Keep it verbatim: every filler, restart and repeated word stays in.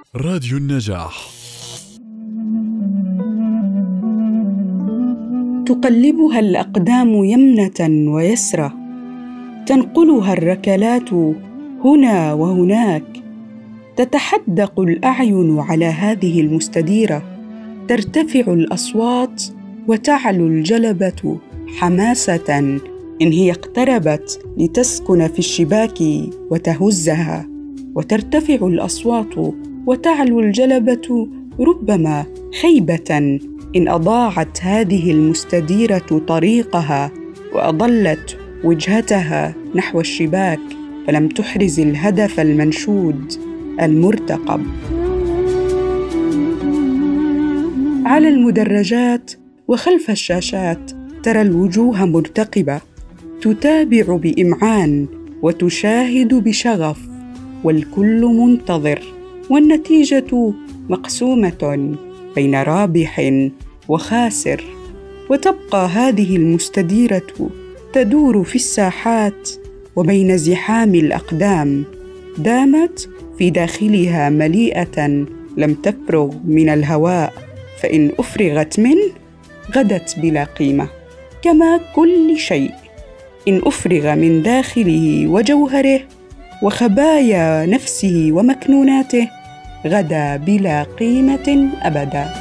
راديو النجاح. تقلبها الأقدام يمنة ويسرى، تنقلها الركلات هنا وهناك، تتحدق الأعين على هذه المستديرة، ترتفع الأصوات وتعلو الجلبة حماسة إن هي اقتربت لتسكن في الشباك وتهزها، وترتفع الأصوات وتعلو الجلبة ربما خيبة إن أضاعت هذه المستديرة طريقها وأضلت وجهتها نحو الشباك، فلم تحرز الهدف المنشود المرتقب. على المدرجات وخلف الشاشات ترى الوجوه مرتقبة، تتابع بإمعان وتشاهد بشغف، والكل منتظر، والنتيجة مقسومة بين رابح وخاسر. وتبقى هذه المستديرة تدور في الساحات وبين زحام الأقدام، دامت في داخلها مليئة لم تفرغ من الهواء، فإن أفرغت منه غدت بلا قيمة. كما كل شيء إن أفرغ من داخله وجوهره وخبايا نفسه ومكنوناته غدا بلا قيمة أبدا.